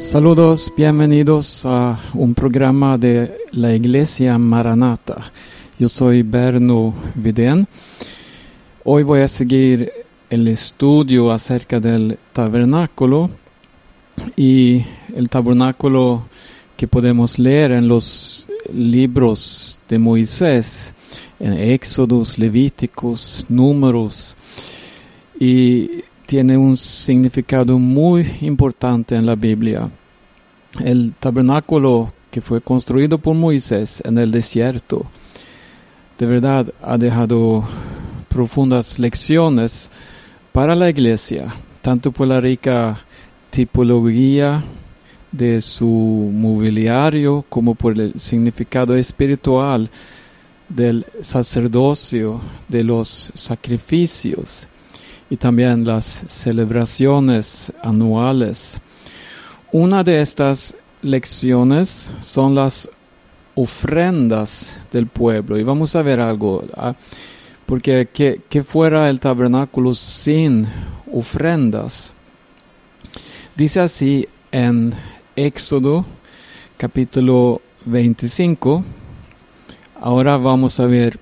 Saludos, bienvenidos a un programa de la Iglesia Maranata. Yo soy Berno Vidén. Hoy voy a seguir el estudio acerca del tabernáculo y el tabernáculo que podemos leer en los libros de Moisés, en Éxodos, Levíticos, Números, y tiene un significado muy importante en la Biblia. El tabernáculo que fue construido por Moisés en el desierto, de verdad ha dejado profundas lecciones para la iglesia, tanto por la rica tipología de su mobiliario como por el significado espiritual del sacerdocio, de los sacrificios y también las celebraciones anuales. Una de estas lecciones son las ofrendas del pueblo. Y vamos a ver algo, porque que fuera el tabernáculo sin ofrendas. Dice así en Éxodo capítulo 25. Ahora vamos a ver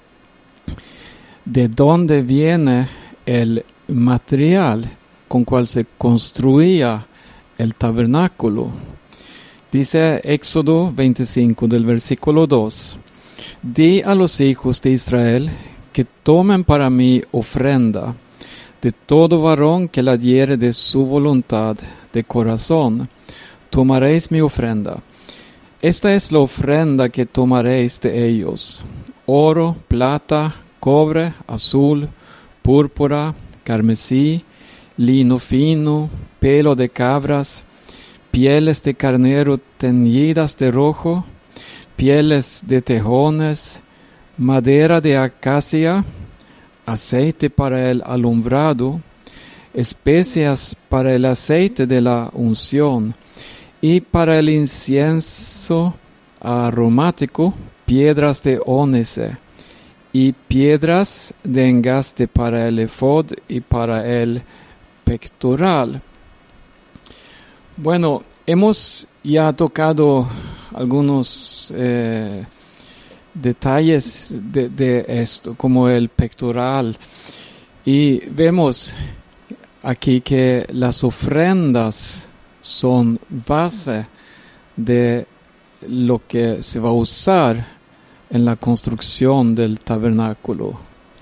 de dónde viene el material con cual se construía el tabernáculo. Dice Éxodo 25 del versículo 2: Di a los hijos de Israel que tomen para mí ofrenda de todo varón que la diere de su voluntad de corazón. Tomaréis mi ofrenda. Esta es la ofrenda que tomaréis de ellos: oro, plata, cobre, azul, púrpura, carmesí, lino fino, pelo de cabras, pieles de carnero teñidas de rojo, pieles de tejones, madera de acacia, aceite para el alumbrado, especias para el aceite de la unción y para el incienso aromático, piedras de ónice y piedras de engaste para el efod y para el pectoral. Bueno, hemos ya tocado algunos detalles de esto, como el pectoral, y vemos aquí que las ofrendas son base de lo que se va a usar en la construcción del tabernáculo.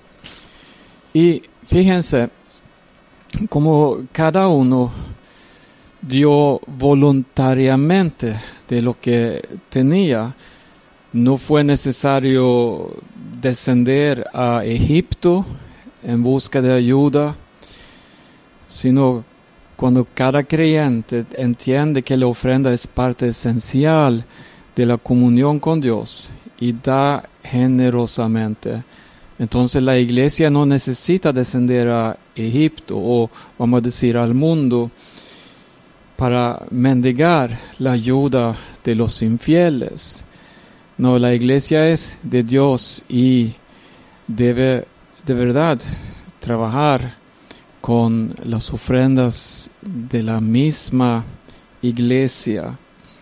Y fíjense como cada uno dio voluntariamente de lo que tenía. No fue necesario descender a Egipto en busca de ayuda, sino cuando cada creyente entiende que la ofrenda es parte esencial de la comunión con Dios y da generosamente, entonces la iglesia no necesita descender a Egipto o, vamos a decir, al mundo para mendigar la ayuda de los infieles. No, la iglesia es de Dios y debe de verdad trabajar con las ofrendas de la misma iglesia.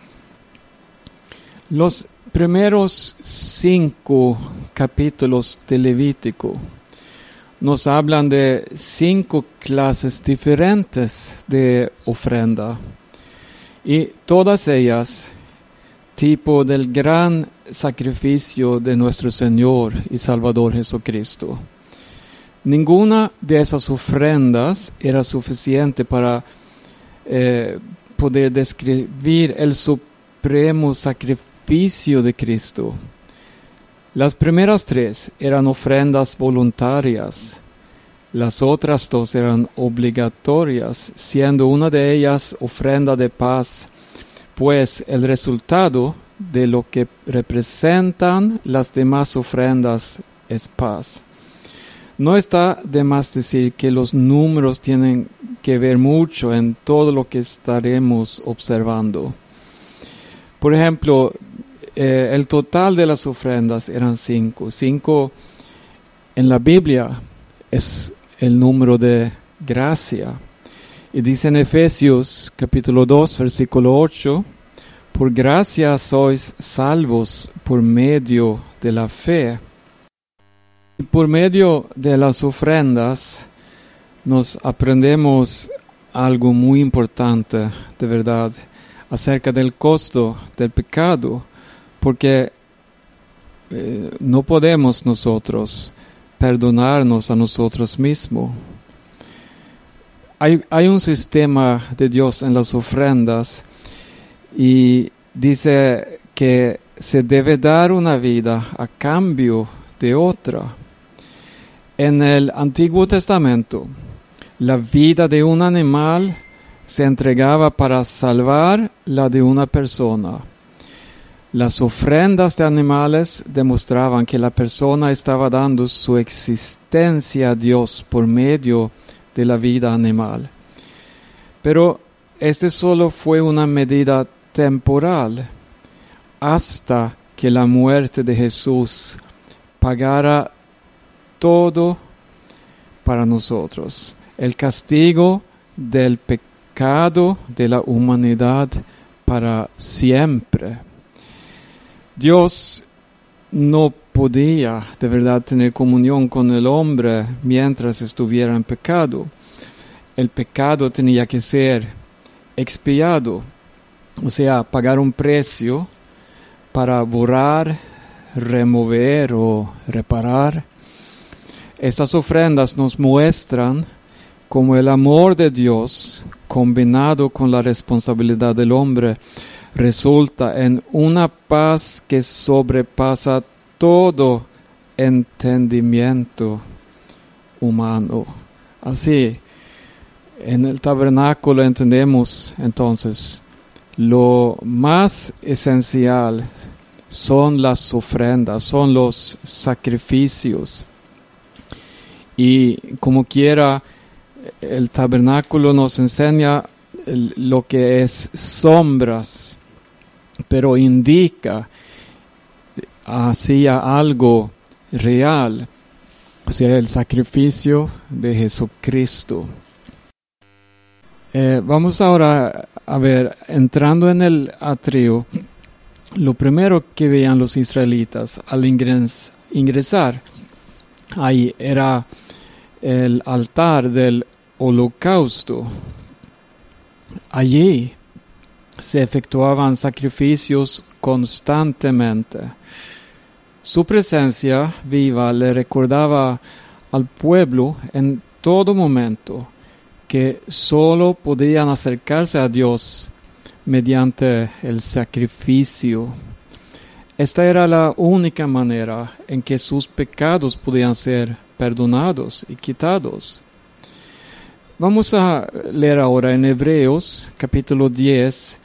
Los primeros 5 capítulos de Levítico nos hablan de 5 clases diferentes de ofrenda y todas ellas tipo del gran sacrificio de nuestro Señor y Salvador Jesucristo. Ninguna de esas ofrendas era suficiente para poder describir el supremo sacrificio de Cristo. Las primeras 3 eran ofrendas voluntarias. Las otras 2 eran obligatorias, siendo una de ellas ofrenda de paz, pues el resultado de lo que representan las demás ofrendas es paz. No está de más decir que los números tienen que ver mucho en todo lo que estaremos observando. Por ejemplo, el total de las ofrendas eran 5. 5 en la Biblia es el número de gracia. Y dice en Efesios capítulo 2, versículo 8, por gracia sois salvos por medio de la fe. Y por medio de las ofrendas nos aprendemos algo muy importante, de verdad, acerca del costo del pecado, porque no podemos nosotros perdonarnos a nosotros mismos. Hay un sistema de Dios en las ofrendas y dice que se debe dar una vida a cambio de otra. En el Antiguo Testamento, la vida de un animal se entregaba para salvar la de una persona. Las ofrendas de animales demostraban que la persona estaba dando su existencia a Dios por medio de la vida animal. Pero este solo fue una medida temporal hasta que la muerte de Jesús pagara todo para nosotros. El castigo del pecado de la humanidad para siempre. Dios no podía de verdad tener comunión con el hombre mientras estuviera en pecado. El pecado tenía que ser expiado, o sea, pagar un precio para borrar, remover o reparar. Estas ofrendas nos muestran cómo el amor de Dios, combinado con la responsabilidad del hombre, resulta en una paz que sobrepasa todo entendimiento humano. Así, en el tabernáculo entendemos entonces lo más esencial son las ofrendas, son los sacrificios. Y como quiera, el tabernáculo nos enseña lo que es sombras, pero indica hacia algo real, o sea, el sacrificio de Jesucristo. Vamos ahora a ver, entrando en el atrio, lo primero que veían los israelitas al ingresar ahí era el altar del holocausto. Allí se efectuaban sacrificios constantemente. Su presencia viva le recordaba al pueblo en todo momento que solo podían acercarse a Dios mediante el sacrificio. Esta era la única manera en que sus pecados podían ser perdonados y quitados. Vamos a leer ahora en Hebreos capítulo 10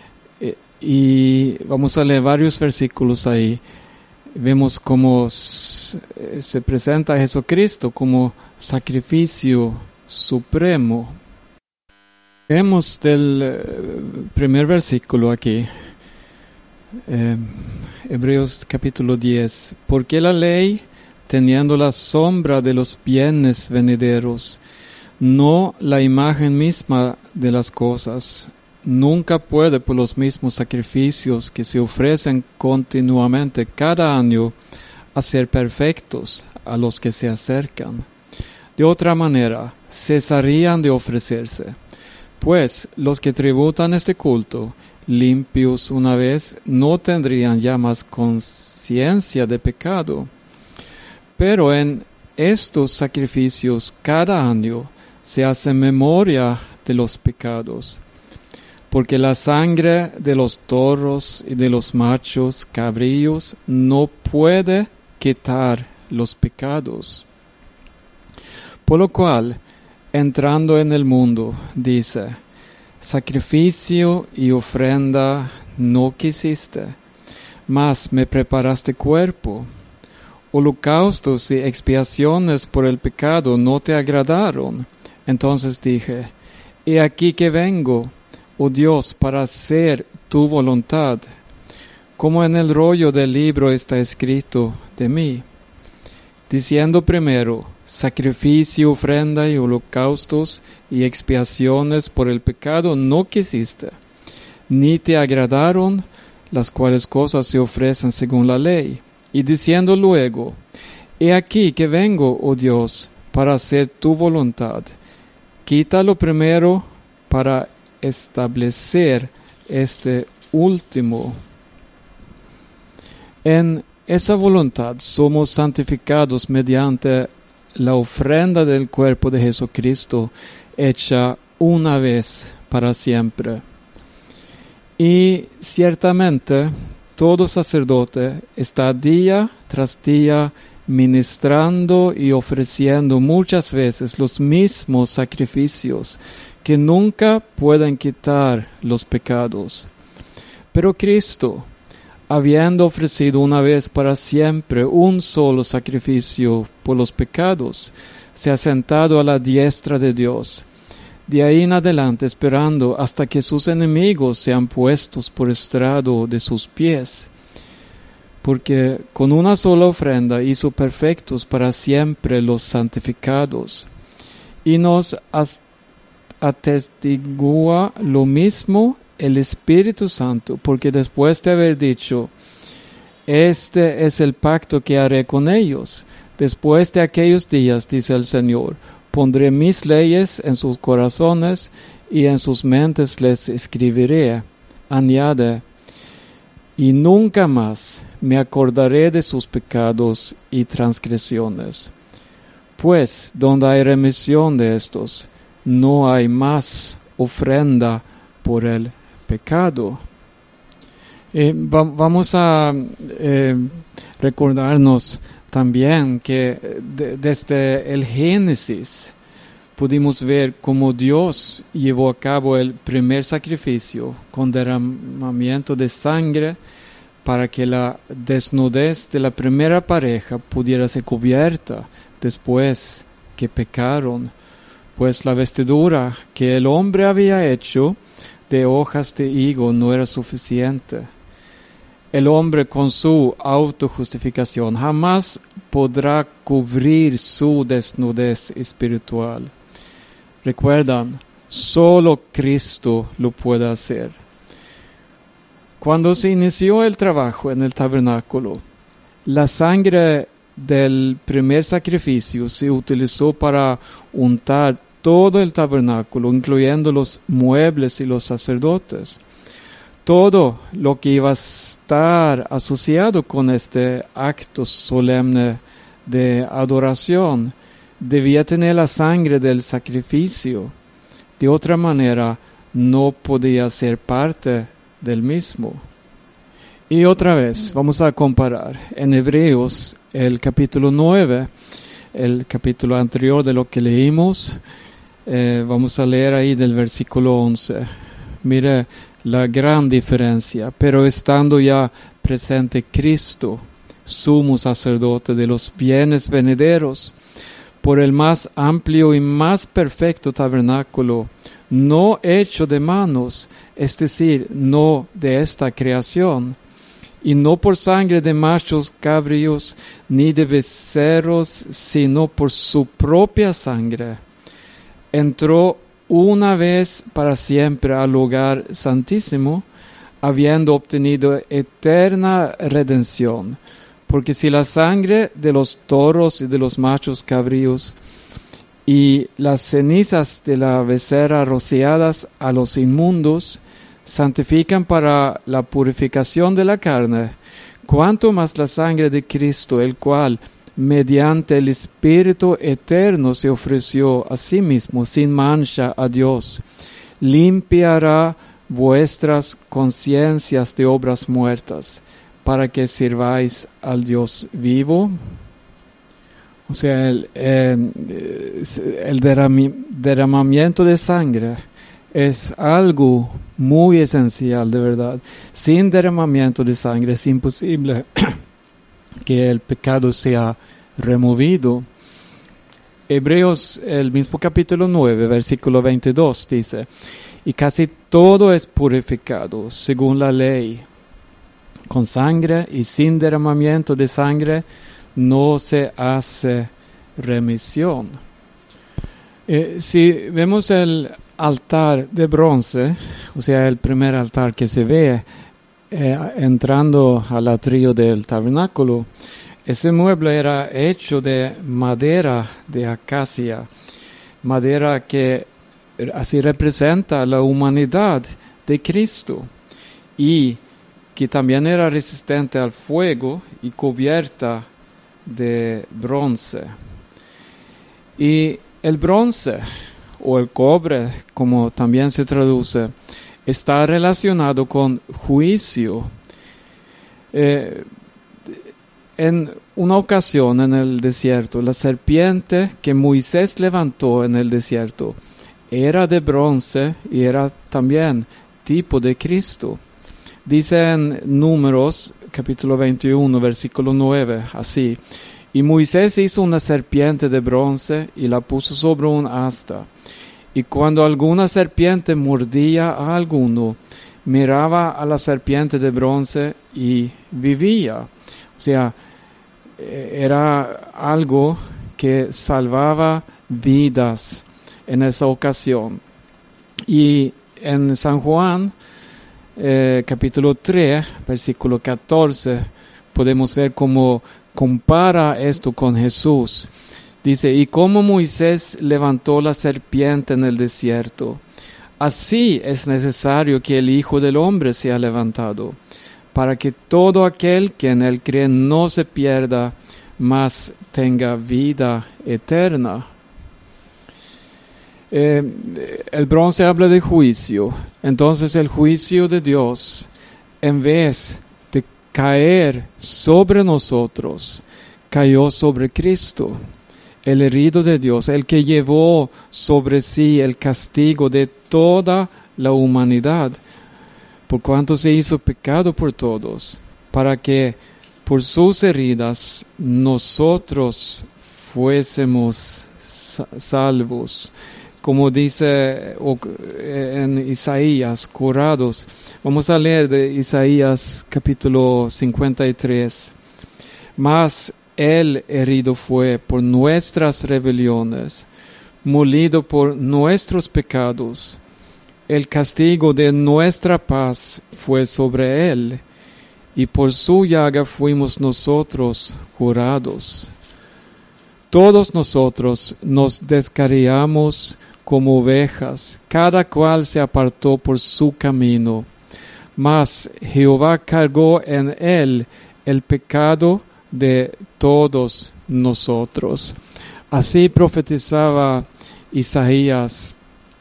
y vamos a leer varios versículos ahí. Vemos cómo se presenta a Jesucristo como sacrificio supremo. Leemos del primer versículo aquí, Hebreos capítulo 10. Porque la ley, teniendo la sombra de los bienes venideros, no la imagen misma de las cosas, nunca puede por los mismos sacrificios que se ofrecen continuamente cada año hacer perfectos a los que se acercan. De otra manera, cesarían de ofrecerse, pues los que tributan este culto, limpios una vez, no tendrían ya más conciencia de pecado. Pero en estos sacrificios cada año se hace memoria de los pecados, porque la sangre de los toros y de los machos cabríos no puede quitar los pecados. Por lo cual, entrando en el mundo, dice, sacrificio y ofrenda no quisiste, mas me preparaste cuerpo. Holocaustos y expiaciones por el pecado no te agradaron. Entonces dije, he aquí que vengo, oh Dios, para hacer tu voluntad, como en el rollo del libro está escrito de mí. Diciendo primero, sacrificio, ofrenda y holocaustos y expiaciones por el pecado no quisiste, ni te agradaron las cuales cosas se ofrecen según la ley, y diciendo luego, he aquí que vengo, oh Dios, para hacer tu voluntad. Quita lo primero para establecer este último. En esa voluntad somos santificados mediante la ofrenda del cuerpo de Jesucristo, hecha una vez para siempre. Y ciertamente todo sacerdote está día tras día ministrando y ofreciendo muchas veces los mismos sacrificios que nunca pueden quitar los pecados. Pero Cristo, habiendo ofrecido una vez para siempre un solo sacrificio por los pecados, se ha sentado a la diestra de Dios. De ahí en adelante esperando hasta que sus enemigos sean puestos por estrado de sus pies. Porque con una sola ofrenda hizo perfectos para siempre los santificados. Y nos atestigua lo mismo el Espíritu Santo, porque después de haber dicho, este es el pacto que haré con ellos, después de aquellos días, dice el Señor, pondré mis leyes en sus corazones y en sus mentes les escribiré. Añade, y nunca más me acordaré de sus pecados y transgresiones. Pues donde hay remisión de estos, no hay más ofrenda por el pecado. Vamos a recordarnos también que desde el Génesis pudimos ver cómo Dios llevó a cabo el primer sacrificio con derramamiento de sangre para que la desnudez de la primera pareja pudiera ser cubierta después que pecaron, pues la vestidura que el hombre había hecho de hojas de higo no era suficiente. El hombre con su autojustificación jamás podrá cubrir su desnudez espiritual. Recuerdan, solo Cristo lo puede hacer. Cuando se inició el trabajo en el tabernáculo, la sangre del primer sacrificio se utilizó para untar todo el tabernáculo, incluyendo los muebles y los sacerdotes. Todo lo que iba a estar asociado con este acto solemne de adoración debía tener la sangre del sacrificio. De otra manera, no podía ser parte del mismo. Y otra vez, vamos a comparar. En Hebreos, el capítulo 9, el capítulo anterior de lo que leímos, vamos a leer ahí del versículo 11. Mire la gran diferencia. Pero estando ya presente Cristo, sumo sacerdote de los bienes venideros, por el más amplio y más perfecto tabernáculo, no hecho de manos, es decir, no de esta creación, y no por sangre de machos cabríos ni de becerros, sino por su propia sangre, entró una vez para siempre al lugar santísimo, habiendo obtenido eterna redención. Porque si la sangre de los toros y de los machos cabríos y las cenizas de la becerra rociadas a los inmundos santifican para la purificación de la carne, cuanto más la sangre de Cristo, el cual mediante el Espíritu eterno se ofreció a sí mismo sin mancha a Dios, limpiará vuestras conciencias de obras muertas, para que sirváis al Dios vivo. O sea, el derramamiento de sangre es algo muy esencial, de verdad. Sin derramamiento de sangre es imposible que el pecado sea removido. Hebreos, el mismo capítulo 9, versículo 22, dice, y casi todo es purificado según la ley, con sangre y sin derramamiento de sangre no se hace remisión. Si vemos el altar de bronce, o sea, el primer altar que se ve entrando al atrio del tabernáculo, ese mueble era hecho de madera de acacia, madera que así representa la humanidad de Cristo y que también era resistente al fuego y cubierta de bronce. Y el bronce, o el cobre, como también se traduce, está relacionado con juicio. En una ocasión en el desierto, la serpiente que Moisés levantó en el desierto era de bronce y era también tipo de Cristo. Dice en Números, capítulo 21, versículo 9, así: y Moisés hizo una serpiente de bronce y la puso sobre un asta. Y cuando alguna serpiente mordía a alguno, miraba a la serpiente de bronce y vivía. O sea, era algo que salvaba vidas en esa ocasión. Y en San Juan, capítulo 3, versículo 14, podemos ver cómo compara esto con Jesús. Dice: y como Moisés levantó la serpiente en el desierto, así es necesario que el Hijo del Hombre sea levantado, para que todo aquel que en él cree no se pierda, mas tenga vida eterna. El bronce habla de juicio. Entonces el juicio de Dios, en vez de caer sobre nosotros, cayó sobre Cristo, el herido de Dios, el que llevó sobre sí el castigo de toda la humanidad, por cuanto se hizo pecado por todos, para que por sus heridas nosotros fuésemos salvos. Como dice en Isaías, curados. Vamos a leer de Isaías capítulo 53. Mas Él herido fue por nuestras rebeliones, molido por nuestros pecados. El castigo de nuestra paz fue sobre Él, y por su llaga fuimos nosotros curados. Todos nosotros nos descarriamos como ovejas, cada cual se apartó por su camino. Mas Jehová cargó en él el pecado de todos nosotros. Así profetizaba Isaías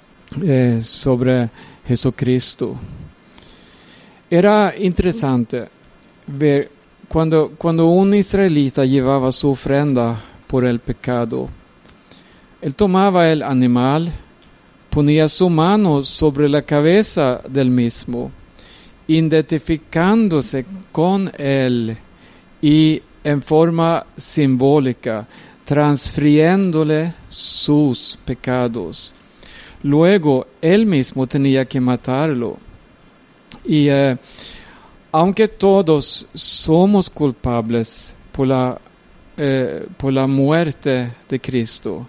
sobre Jesucristo. Era interesante ver cuando un israelita llevaba su ofrenda por el pecado, él tomaba el animal, ponía su mano sobre la cabeza del mismo, identificándose con él y en forma simbólica, transfiriéndole sus pecados. Luego, él mismo tenía que matarlo. Y aunque todos somos culpables por la muerte de Cristo,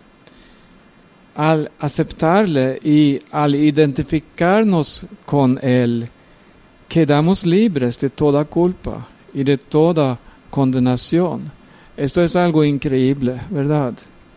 al aceptarle y al identificarnos con Él, quedamos libres de toda culpa y de toda condenación. Esto es algo increíble, ¿verdad?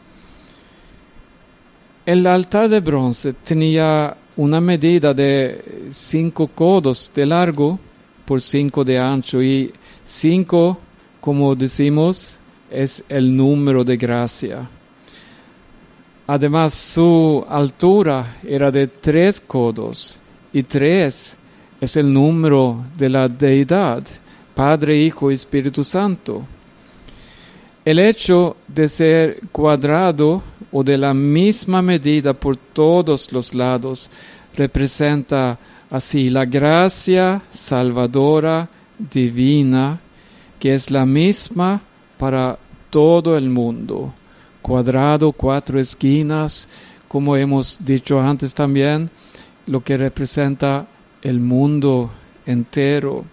El altar de bronce tenía una medida de 5 codos de largo por 5 de ancho, y 5, como decimos, es el número de gracia. Además, su altura era de 3 codos, y 3 es el número de la deidad, Padre, Hijo y Espíritu Santo. El hecho de ser cuadrado o de la misma medida por todos los lados representa así la gracia salvadora divina, que es la misma para todo el mundo. Cuadrado, 4 esquinas, como hemos dicho antes también, lo que representa el mundo entero.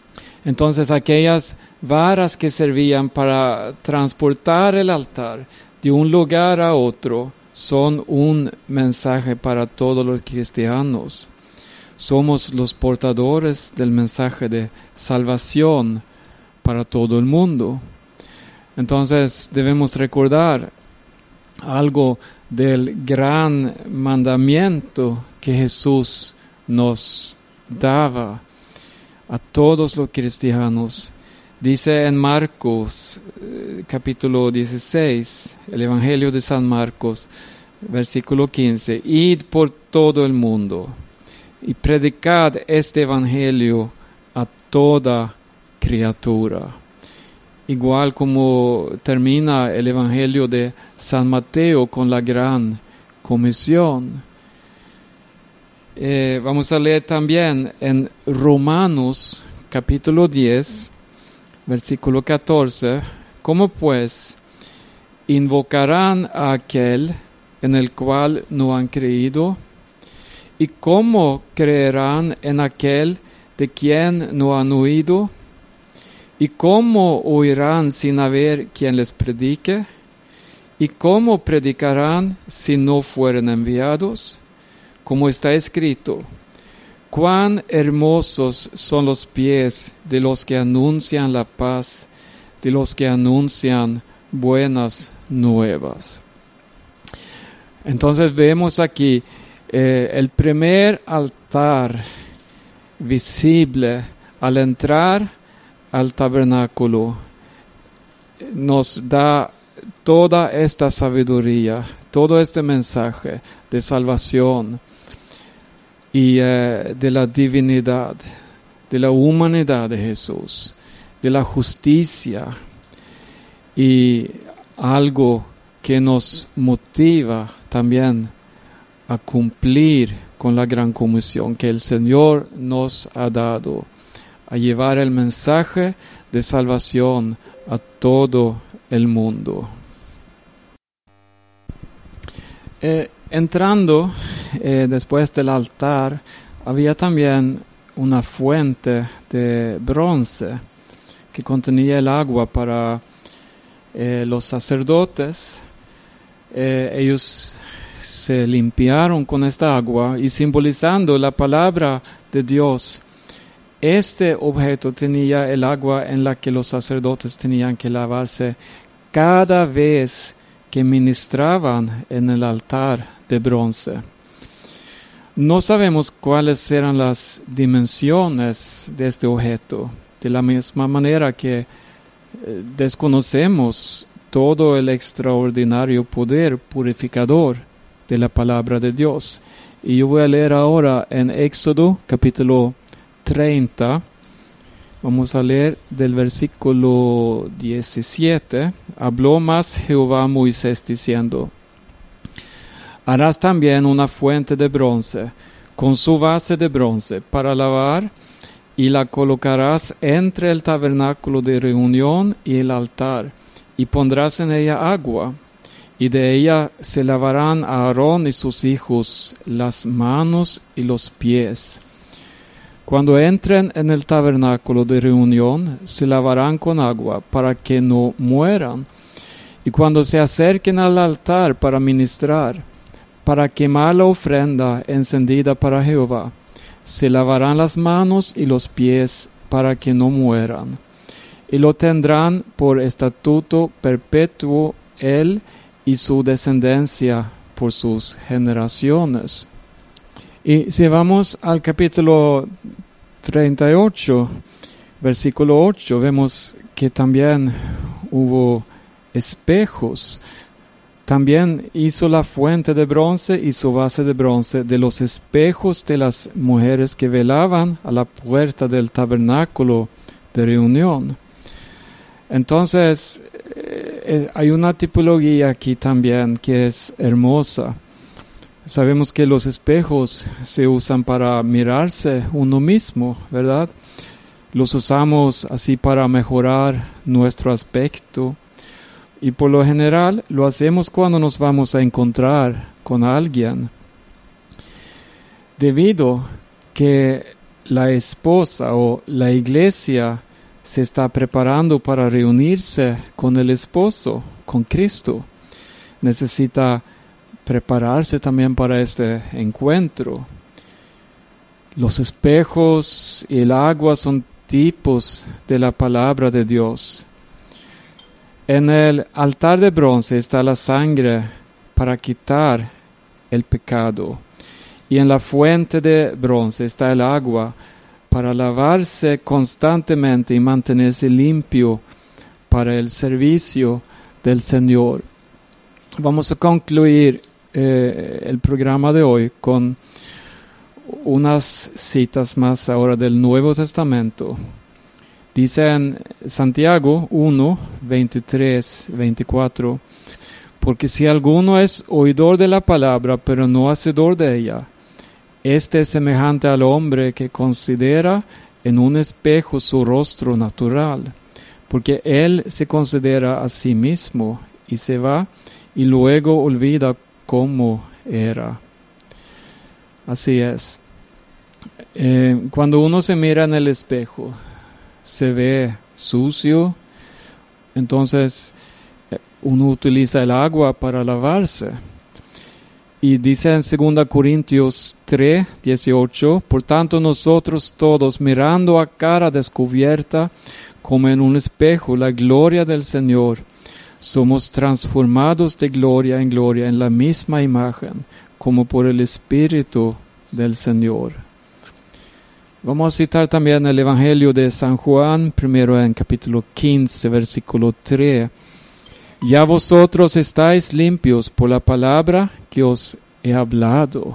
Entonces aquellas varas que servían para transportar el altar de un lugar a otro son un mensaje para todos los cristianos. Somos los portadores del mensaje de salvación para todo el mundo. Entonces debemos recordar algo del gran mandamiento que Jesús nos daba a todos los cristianos. Dice en Marcos, capítulo 16, el Evangelio de San Marcos, versículo 15, id por todo el mundo y predicad este Evangelio a toda criatura. Igual como termina el Evangelio de San Mateo con la gran comisión. Vamos a leer también en Romanos capítulo 10, versículo 14. ¿Cómo pues invocarán a aquel en el cual no han creído? ¿Y cómo creerán en aquel de quien no han oído? ¿Y cómo oirán sin haber quien les predique? ¿Y cómo predicarán si no fueren enviados? Como está escrito, cuán hermosos son los pies de los que anuncian la paz, de los que anuncian buenas nuevas. Entonces vemos aquí el primer altar visible al entrar al tabernáculo. Nos da toda esta sabiduría, todo este mensaje de salvación y de la divinidad, de la humanidad de Jesús, de la justicia y algo que nos motiva también a cumplir con la gran comisión que el Señor nos ha dado, a llevar el mensaje de salvación a todo el mundo. Entrando después del altar, había también una fuente de bronce que contenía el agua para los sacerdotes. Ellos se limpiaron con esta agua y simbolizando la palabra de Dios, este objeto tenía el agua en la que los sacerdotes tenían que lavarse cada vez que ministraban en el altar de bronce. No sabemos cuáles eran las dimensiones de este objeto, de la misma manera que desconocemos todo el extraordinario poder purificador de la palabra de Dios. Y yo voy a leer ahora en Éxodo capítulo 30, vamos a leer del versículo 17. Habló más Jehová a Moisés diciendo, harás también una fuente de bronce, con su base de bronce, para lavar, y la colocarás entre el tabernáculo de reunión y el altar, y pondrás en ella agua, y de ella se lavarán a Aarón y sus hijos las manos y los pies. Cuando entren en el tabernáculo de reunión, se lavarán con agua para que no mueran. Y cuando se acerquen al altar para ministrar, para quemar la ofrenda encendida para Jehová, se lavarán las manos y los pies para que no mueran. Y lo tendrán por estatuto perpetuo él y su descendencia por sus generaciones. Y si vamos al capítulo 38, versículo 8, vemos que también hubo espejos. También hizo la fuente de bronce y su base de bronce de los espejos de las mujeres que velaban a la puerta del tabernáculo de reunión. Entonces, hay una tipología aquí también que es hermosa. Sabemos que los espejos se usan para mirarse uno mismo, ¿verdad? Los usamos así para mejorar nuestro aspecto. Y por lo general lo hacemos cuando nos vamos a encontrar con alguien. Debido que la esposa o la iglesia se está preparando para reunirse con el esposo, con Cristo. necesita prepararse también para este encuentro. Los espejos y el agua son tipos de la palabra de Dios. En el altar de bronce está la sangre para quitar el pecado. Y en la fuente de bronce está el agua para lavarse constantemente y mantenerse limpio para el servicio del Señor. Vamos a concluir el programa de hoy con unas citas más ahora del Nuevo Testamento. Dice en Santiago 1, 23, 24, porque si alguno es oidor de la palabra, pero no hacedor de ella, este es semejante al hombre que considera en un espejo su rostro natural, porque él se considera a sí mismo y se va y luego olvida cómo era. Así es. Cuando uno se mira en el espejo, se ve sucio, entonces uno utiliza el agua para lavarse. Y dice en 2 Corintios 3, 18, por tanto nosotros todos, mirando a cara descubierta, como en un espejo, la gloria del Señor, somos transformados de gloria en gloria en la misma imagen, como por el Espíritu del Señor. Vamos a citar también el Evangelio de San Juan, primero en capítulo 15, versículo 3. Ya vosotros estáis limpios por la palabra que os he hablado.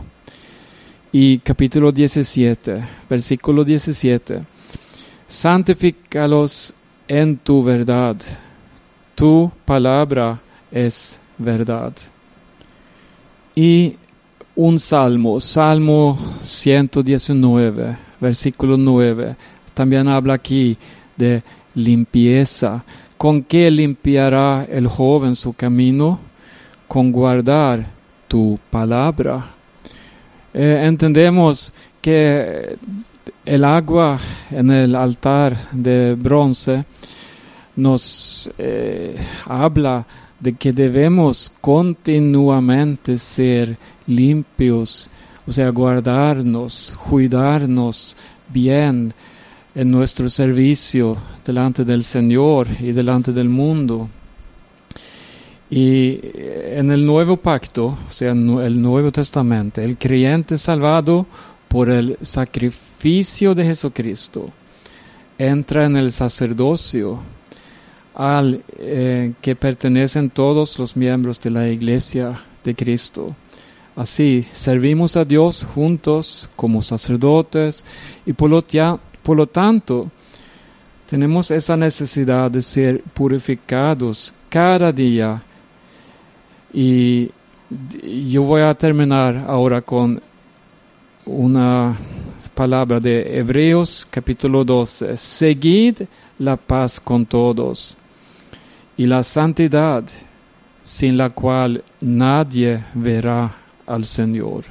Y capítulo 17, versículo 17. Santifícalos en tu verdad. Tu palabra es verdad. Y un salmo, Salmo 119, versículo 9. También habla aquí de limpieza. ¿Con qué limpiará el joven su camino? Con guardar tu palabra. Entendemos que el agua en el altar de bronce nos habla de que debemos continuamente ser limpios, o sea, guardarnos, cuidarnos bien en nuestro servicio delante del Señor y delante del mundo. Y en el Nuevo Pacto, o sea, en el Nuevo Testamento, el creyente salvado por el sacrificio de Jesucristo entra en el sacerdocio al que pertenecen todos los miembros de la Iglesia de Cristo. Así, servimos a Dios juntos como sacerdotes y por lo tanto, tenemos esa necesidad de ser purificados cada día. Y yo voy a terminar ahora con una palabra de Hebreos capítulo 12. Seguid la paz con todos y la santidad, sin la cual nadie verá al Señor.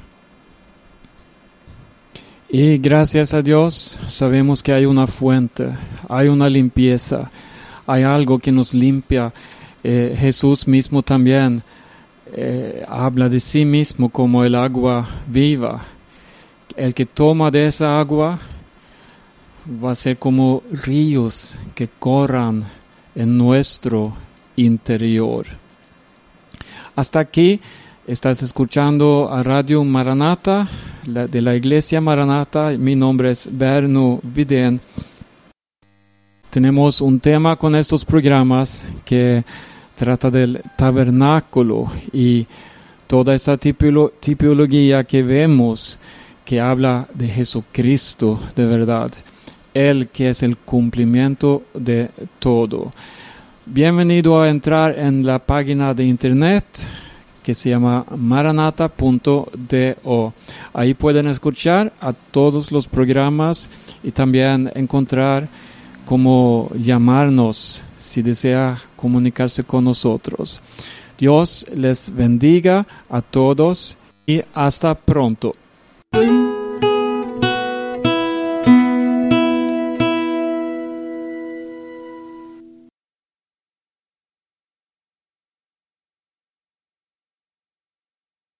Y gracias a Dios sabemos que hay una fuente, hay una limpieza, hay algo que nos limpia. Jesús mismo también habla de sí mismo como el agua viva. El que toma de esa agua va a ser como ríos que corran en nuestro interior. Hasta aquí estás escuchando a Radio Maranata, de la Iglesia Maranata. Mi nombre es Berno Vidén. Tenemos un tema con estos programas que trata del tabernáculo y toda esta tipología que vemos que habla de Jesucristo de verdad, Él que es el cumplimiento de todo. Bienvenido a entrar en la página de internet que se llama maranata.do. Ahí pueden escuchar a todos los programas y también encontrar cómo llamarnos si desea comunicarse con nosotros. Dios les bendiga a todos y hasta pronto.